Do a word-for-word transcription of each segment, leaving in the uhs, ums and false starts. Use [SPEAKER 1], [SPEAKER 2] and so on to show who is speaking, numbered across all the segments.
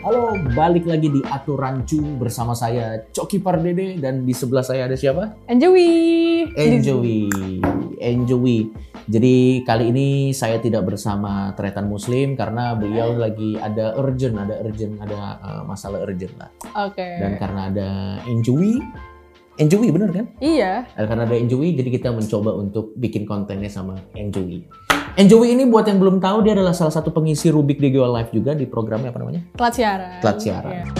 [SPEAKER 1] Halo, balik lagi di Aturancu bersama saya Coki Pardede dan di sebelah saya ada siapa?
[SPEAKER 2] Enjoy.
[SPEAKER 1] Enjoy. Enjoy. Jadi kali ini saya tidak bersama Tretan Muslim karena beliau lagi ada urgent, ada urgent, ada uh, masalah urgent lah.
[SPEAKER 2] Oke. Okay.
[SPEAKER 1] Dan karena ada Enjoy, Enjoy bener kan?
[SPEAKER 2] Iya.
[SPEAKER 1] Dan karena ada Enjoy, jadi kita mencoba untuk bikin kontennya sama Enjoy. Enjoy ini buat yang belum tahu, dia adalah salah satu pengisi Rubik di Geo Live juga di programnya apa namanya?
[SPEAKER 2] Telat siaran.
[SPEAKER 1] Telat siaran. Yeah.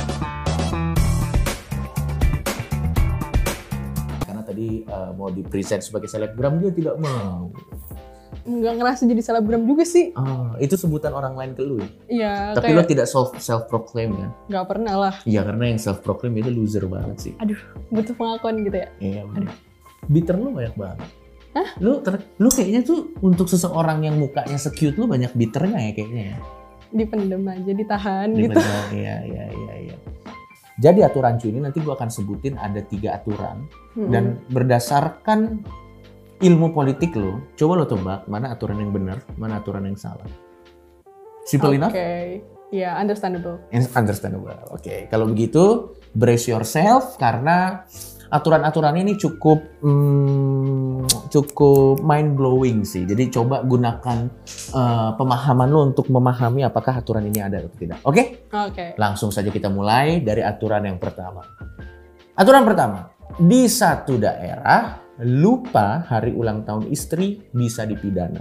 [SPEAKER 1] Karena tadi uh, mau di-present sebagai selebgram, dia tidak mau.
[SPEAKER 2] Nggak ngerasa jadi selebgram juga sih.
[SPEAKER 1] Ah, itu sebutan orang lain ke lu ya?
[SPEAKER 2] Iya.
[SPEAKER 1] Tapi
[SPEAKER 2] kayak...
[SPEAKER 1] lo tidak self self-proclaim kan?
[SPEAKER 2] Nggak pernah lah.
[SPEAKER 1] Iya, karena yang self-proclaim itu loser banget sih.
[SPEAKER 2] Aduh, butuh pengakuan gitu ya?
[SPEAKER 1] Iya.
[SPEAKER 2] Aduh.
[SPEAKER 1] Bitter lu banyak banget.
[SPEAKER 2] Hah?
[SPEAKER 1] Lu, ter- lu kayaknya tuh untuk seseorang yang mukanya se-cute lu banyak bitternya ya kayaknya ya?
[SPEAKER 2] Dipendem aja, ditahan
[SPEAKER 1] Dipendem,
[SPEAKER 2] gitu.
[SPEAKER 1] Iya, iya, iya, iya. Jadi aturancu ini nanti gua akan sebutin ada tiga aturan. Hmm. Dan berdasarkan ilmu politik lo, coba lo tebak mana aturan yang benar, mana aturan yang salah. Simple enough?
[SPEAKER 2] Oke, okay. Ya, yeah, understandable.
[SPEAKER 1] Understandable, oke. Okay. Kalau begitu, brace yourself karena aturan-aturan ini cukup hmm, cukup mind blowing sih. Jadi coba gunakan uh, pemahaman lo untuk memahami apakah aturan ini ada atau tidak. Oke? Okay?
[SPEAKER 2] Oke. Okay.
[SPEAKER 1] Langsung saja kita mulai dari aturan yang pertama. Aturan pertama, di satu daerah lupa hari ulang tahun istri bisa dipidana.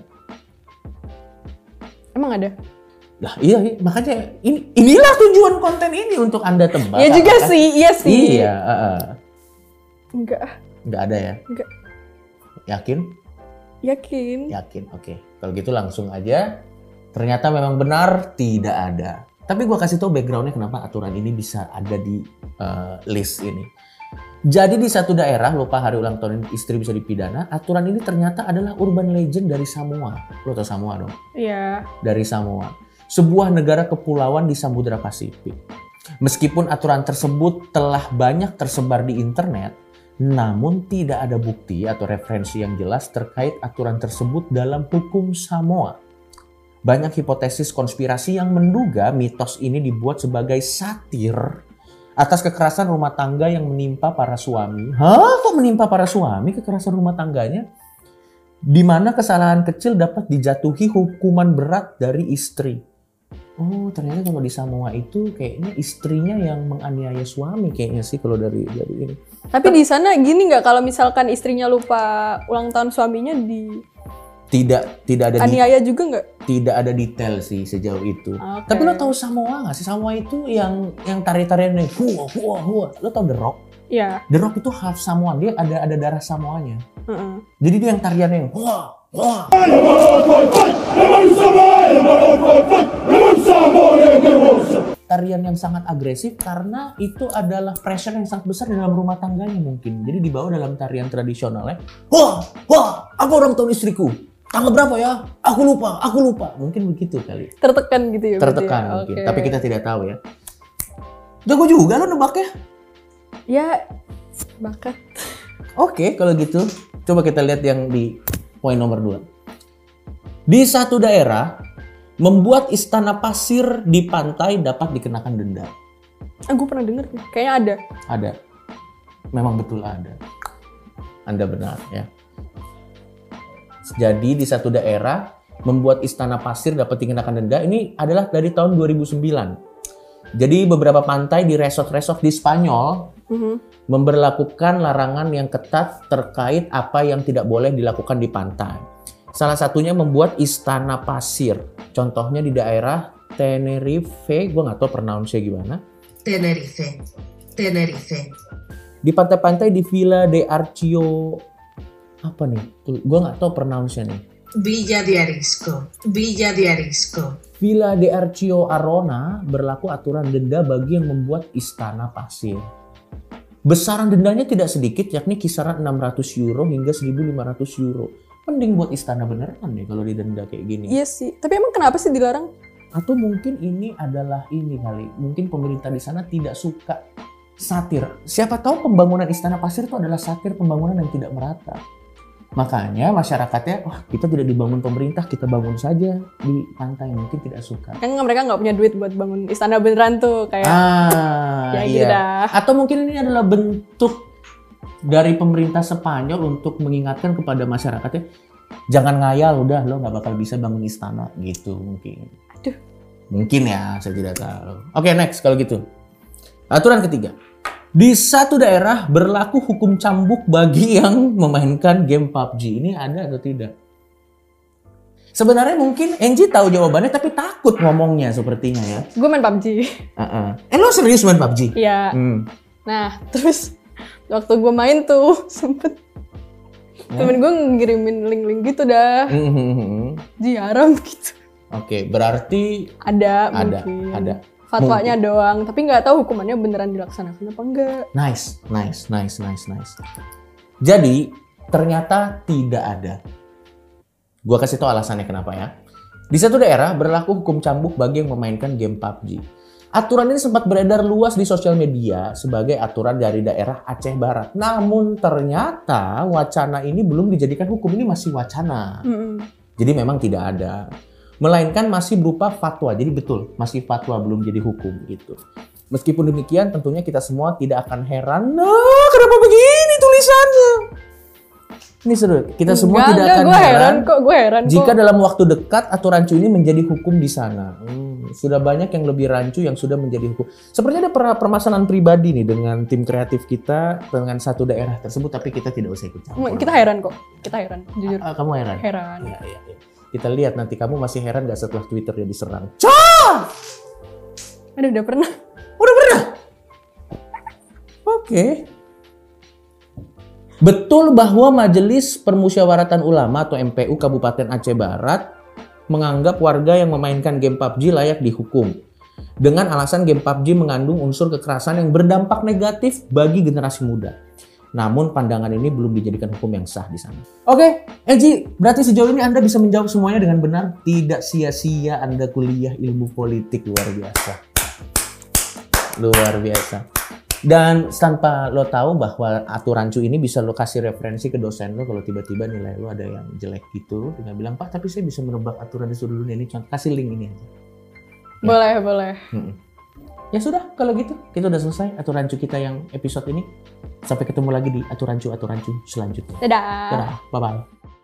[SPEAKER 2] Emang ada?
[SPEAKER 1] Lah iya, makanya ini inilah tujuan konten ini untuk Anda tebak.
[SPEAKER 2] Iya juga kan? Sih, iya sih.
[SPEAKER 1] Iya, uh-uh.
[SPEAKER 2] Enggak.
[SPEAKER 1] Enggak ada ya?
[SPEAKER 2] Enggak.
[SPEAKER 1] Yakin?
[SPEAKER 2] Yakin.
[SPEAKER 1] Yakin, oke. Okay. Kalau gitu langsung aja. Ternyata memang benar tidak ada. Tapi gue kasih tau backgroundnya kenapa aturan ini bisa ada di uh, list ini. Jadi di satu daerah lupa hari ulang tahun istri bisa dipidana. Aturan ini ternyata adalah urban legend dari Samoa. Lo tau Samoa dong?
[SPEAKER 2] Iya.
[SPEAKER 1] Dari Samoa. Sebuah negara kepulauan di Samudra Pasifik. Meskipun aturan tersebut telah banyak tersebar di internet, namun tidak ada bukti atau referensi yang jelas terkait aturan tersebut dalam hukum Samoa. Banyak hipotesis konspirasi yang menduga mitos ini dibuat sebagai satir atas kekerasan rumah tangga yang menimpa para suami. Hah? Kok menimpa para suami kekerasan rumah tangganya? Di mana kesalahan kecil dapat dijatuhi hukuman berat dari istri. Oh, ternyata kalau di Samoa itu kayaknya istrinya yang menganiaya suami kayaknya sih kalau dari dari ini.
[SPEAKER 2] Tapi di sana gini nggak, kalau misalkan istrinya lupa ulang tahun suaminya di
[SPEAKER 1] tidak tidak ada
[SPEAKER 2] aniaya di, juga nggak?
[SPEAKER 1] Tidak ada detail sih sejauh itu.
[SPEAKER 2] Okay.
[SPEAKER 1] Tapi lo tahu Samoa nggak sih? Samoa itu yang yang tari-tariannya hua hua hua. Lo tahu The Rock?
[SPEAKER 2] Iya.
[SPEAKER 1] The Rock itu half Samoan, dia ada ada darah Samoanya.
[SPEAKER 2] Uh-uh.
[SPEAKER 1] Jadi dia yang tariannya yang hua hua. Tarian yang sangat agresif karena itu adalah pressure yang sangat besar di dalam rumah tangganya mungkin. Jadi dibawa dalam tarian tradisionalnya. Wah, wah, apa ulang tahun istriku? Tanggal berapa ya? Aku lupa, aku lupa. Mungkin begitu kali.
[SPEAKER 2] Tertekan gitu ya?
[SPEAKER 1] Tertekan
[SPEAKER 2] ya?
[SPEAKER 1] mungkin,
[SPEAKER 2] okay.
[SPEAKER 1] Tapi kita tidak tahu ya. Jago juga lo nebaknya.
[SPEAKER 2] Ya, bakat.
[SPEAKER 1] Oke, kalau gitu coba kita lihat yang di poin nomor dua. Di satu daerah, membuat istana pasir di pantai dapat dikenakan denda.
[SPEAKER 2] Ah, gue pernah denger nih, kayaknya ada.
[SPEAKER 1] Ada. Memang betul ada. Anda benar ya. Jadi di satu daerah, membuat istana pasir dapat dikenakan denda. Ini adalah dari tahun dua ribu sembilan. Jadi beberapa pantai di resort-resort di Spanyol uh-huh. memberlakukan larangan yang ketat terkait apa yang tidak boleh dilakukan di pantai. Salah satunya membuat istana pasir. Contohnya di daerah Tenerife, gue nggak tahu pronounce-nya gimana.
[SPEAKER 3] Tenerife, Tenerife.
[SPEAKER 1] Di pantai-pantai di Villa de Arcio, apa nih? Gue nggak tahu pronounce-nya nih.
[SPEAKER 3] Villa de Arisco, Villa de Arisco.
[SPEAKER 1] Villa de Arcio Arona berlaku aturan denda bagi yang membuat istana pasir. Besaran dendanya tidak sedikit, yakni kisaran enam ratus euro hingga seribu lima ratus euro. Mending buat istana beneran deh kalau didenda kayak gini.
[SPEAKER 2] Iya sih, tapi emang kenapa sih dilarang?
[SPEAKER 1] Atau mungkin ini adalah ini kali, mungkin pemerintah di sana tidak suka satir. Siapa tahu pembangunan istana pasir itu adalah satir pembangunan yang tidak merata. Makanya masyarakatnya, wah kita tidak dibangun pemerintah, kita bangun saja di pantai, mungkin tidak suka.
[SPEAKER 2] Kan mereka nggak punya duit buat bangun istana beneran tuh kayak.
[SPEAKER 1] Ah,
[SPEAKER 2] ya
[SPEAKER 1] iya.
[SPEAKER 2] gitu dah.
[SPEAKER 1] Atau mungkin ini adalah bentuk dari pemerintah Spanyol untuk mengingatkan kepada masyarakatnya, jangan ngayal, udah lo nggak bakal bisa bangun istana gitu mungkin.
[SPEAKER 2] Aduh.
[SPEAKER 1] Mungkin ya, saya tidak tahu. Oke, next kalau gitu. Aturan ketiga. Di satu daerah berlaku hukum cambuk bagi yang memainkan game P U B G. Ini ada atau tidak? Sebenarnya mungkin Angie tahu jawabannya tapi takut ngomongnya sepertinya ya.
[SPEAKER 2] Gue main P U B G.
[SPEAKER 1] Uh-uh. Eh lo serius main P U B G?
[SPEAKER 2] Iya.
[SPEAKER 1] Hmm.
[SPEAKER 2] Nah terus waktu gue main tuh sempet
[SPEAKER 1] Hmm?
[SPEAKER 2] temen gue ngirimin link-link gitu dah.
[SPEAKER 1] Hmm.
[SPEAKER 2] Jiaram gitu.
[SPEAKER 1] Oke, berarti
[SPEAKER 2] Ada,
[SPEAKER 1] ada,
[SPEAKER 2] mungkin.
[SPEAKER 1] ada.
[SPEAKER 2] Fatwanya doang, tapi nggak tahu hukumannya beneran dilaksanakan apa enggak.
[SPEAKER 1] Nice, nice, nice, nice, nice. Jadi ternyata tidak ada. Gua kasih tahu alasannya kenapa ya. Di satu daerah berlaku hukum cambuk bagi yang memainkan game P U B G. Aturan ini sempat beredar luas di sosial media sebagai aturan dari daerah Aceh Barat. Namun ternyata wacana ini belum dijadikan hukum, ini masih wacana.
[SPEAKER 2] Mm-mm.
[SPEAKER 1] Jadi memang tidak ada. Melainkan masih berupa fatwa. Jadi betul, masih fatwa belum jadi hukum gitu. Meskipun demikian tentunya kita semua tidak akan heran. Nah, kenapa begini tulisannya? Ini seru. Kita semua
[SPEAKER 2] Enggak,
[SPEAKER 1] tidak
[SPEAKER 2] enggak,
[SPEAKER 1] akan
[SPEAKER 2] gue
[SPEAKER 1] heran,
[SPEAKER 2] heran kok, gue heran
[SPEAKER 1] jika
[SPEAKER 2] kok.
[SPEAKER 1] dalam waktu dekat aturan rancu ini menjadi hukum di sana. Hmm, sudah banyak yang lebih rancu yang sudah menjadi hukum. Sepertinya ada per- permasalahan pribadi nih dengan tim kreatif kita dengan satu daerah tersebut, tapi kita tidak usah ikut campur.
[SPEAKER 2] Kita heran kok, kita heran, jujur.
[SPEAKER 1] Ah, kamu heran?
[SPEAKER 2] Heran.
[SPEAKER 1] Ya, ya, ya. Kita lihat nanti kamu masih heran gak setelah Twitternya diserang. Cah!
[SPEAKER 2] Aduh, udah pernah.
[SPEAKER 1] Udah pernah? Oke. Betul bahwa Majelis Permusyawaratan Ulama atau M P U Kabupaten Aceh Barat menganggap warga yang memainkan game P U B G layak dihukum. Dengan alasan game P U B G mengandung unsur kekerasan yang berdampak negatif bagi generasi muda. Namun pandangan ini belum dijadikan hukum yang sah di sana. Oke, Angie, berarti sejauh ini Anda bisa menjawab semuanya dengan benar. Tidak sia-sia Anda kuliah ilmu politik, luar biasa. Luar biasa. Dan tanpa lo tahu bahwa aturan cu ini bisa lo kasih referensi ke dosen lo kalau tiba-tiba nilai lo ada yang jelek gitu. Tinggal bilang, Pak, tapi saya bisa menebak aturan di seluruh dunia ini. Kasih link ini aja.
[SPEAKER 2] Boleh, boleh.
[SPEAKER 1] Mm-mm. Ya sudah, kalau gitu kita udah selesai aturan cu kita yang episode ini. Sampai ketemu lagi di aturan cu aturan cu selanjutnya.
[SPEAKER 2] Dadah.
[SPEAKER 1] Dadah, bye bye.